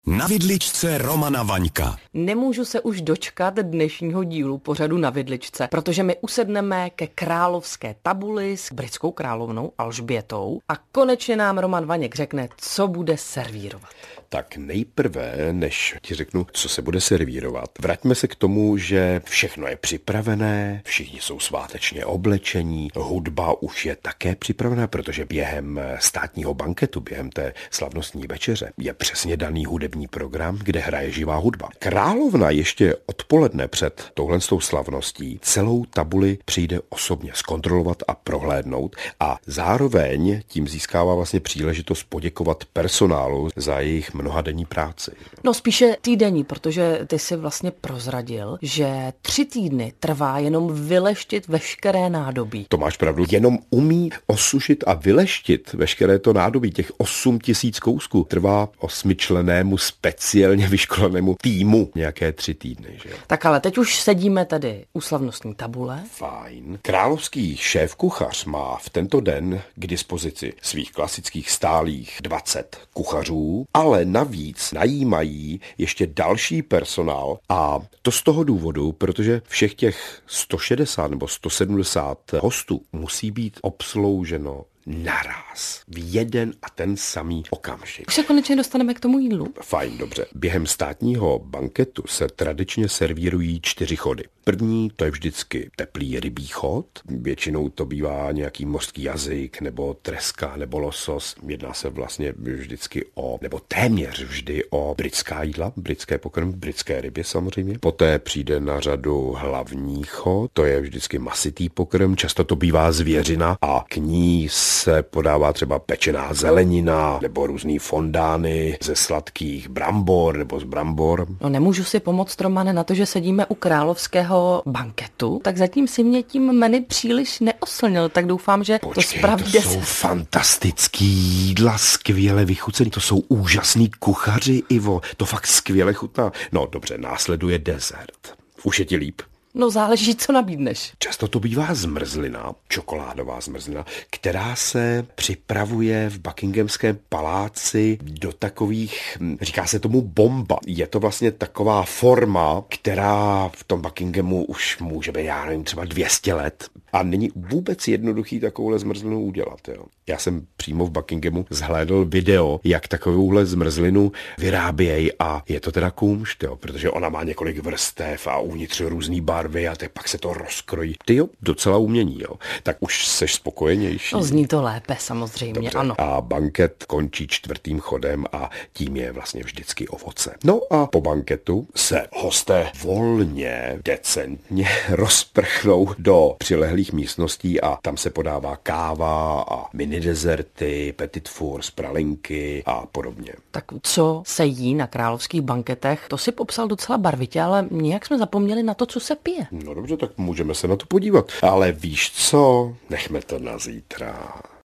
Na vidličce Romana Vaňka. Nemůžu se už dočkat dnešního dílu pořadu Na vidličce, protože my usedneme ke královské tabuli s britskou královnou Alžbětou a konečně nám Roman Vaněk řekne, co bude servírovat. Tak nejprve, než ti řeknu, co se bude servírovat, vraťme se k tomu, že všechno je připravené, všichni jsou svátečně oblečení, hudba už je také připravená, protože během státního banketu, během té slavnostní večeře je přesně daný hudební program, kde hraje živá hudba. Královna ještě odpoledne před touhletou slavností celou tabuli přijde osobně zkontrolovat a prohlédnout a zároveň tím získává vlastně příležitost poděkovat personálu za jejich mnohadenní práci. No spíše týdenní, protože ty si vlastně prozradil, že 3 týdny trvá jenom vyleštit veškeré nádobí. To máš pravdu, jenom umí osušit a vyleštit veškeré to nádobí, těch 8 000 kousků, trvá 8člennému speciálně vyškolenému týmu nějaké 3 týdny. Že? Tak ale teď už sedíme tady u slavnostní tabule. Fajn. Královský šéf-kuchař má v tento den k dispozici svých klasických stálých 20 kuchařů, ale navíc najímají ještě další personál a to z toho důvodu, protože všech těch 160 nebo 170 hostů musí být obslouženo naraz. V jeden a ten samý okamžik. Už se konečně dostaneme k tomu jídlu. Fajn, dobře. Během státního banketu se tradičně servírují 4 chody. První to je vždycky teplý rybí chod. Většinou to bývá nějaký mořský jazyk, nebo treska, nebo losos. Jedná se vlastně vždycky nebo téměř vždy o britská jídla, britské pokrmy, britské ryby samozřejmě. Poté přijde na řadu hlavní chod, to je vždycky masitý pokrm, často to bývá zvěřina a k ní se podává třeba pečená zelenina nebo různý fondány ze sladkých brambor nebo z brambor. No nemůžu si pomoct, Romane, na to, že sedíme u královského banketu, tak zatím si mě tím menu příliš neoslnil, tak doufám, že Počkej, to spravdě to jsou fantastický jídla, skvěle vychucený, to jsou úžasný kuchaři, Ivo, to fakt skvěle chutná. No dobře, následuje dezert. Už je ti líp? No záleží, co nabídneš. Často to bývá zmrzlina, čokoládová zmrzlina, která se připravuje v Buckinghamském paláci do takových, říká se tomu bomba. Je to vlastně taková forma, která v tom Buckinghamu už může být, já nevím, třeba 200 let. A není vůbec jednoduchý takovouhle zmrzlinu udělat. Jo. Já jsem přímo v Buckinghamu zhlédl video, jak takovouhle zmrzlinu vyrábějí a je to teda kůmšt, jo, protože ona má několik vrstev a uvnitř různý barvy a pak se to rozkrojí. Ty jo, docela umění, jo. Tak už seš spokojenější. No zní to lépe, samozřejmě, dobře. Ano. A banket končí 4. chodem a tím je vlastně vždycky ovoce. No a po banketu se hosté volně, decentně rozprchnou do přilehlých místností a tam se podává káva a mini dezerty, petit four, pralinky a podobně. Tak co se jí na královských banketech, to si popsal docela barvitě, ale nějak jsme zapomněli na to, co se pije. No dobře, tak můžeme se na to podívat. Ale víš co? Nechme to na zítra.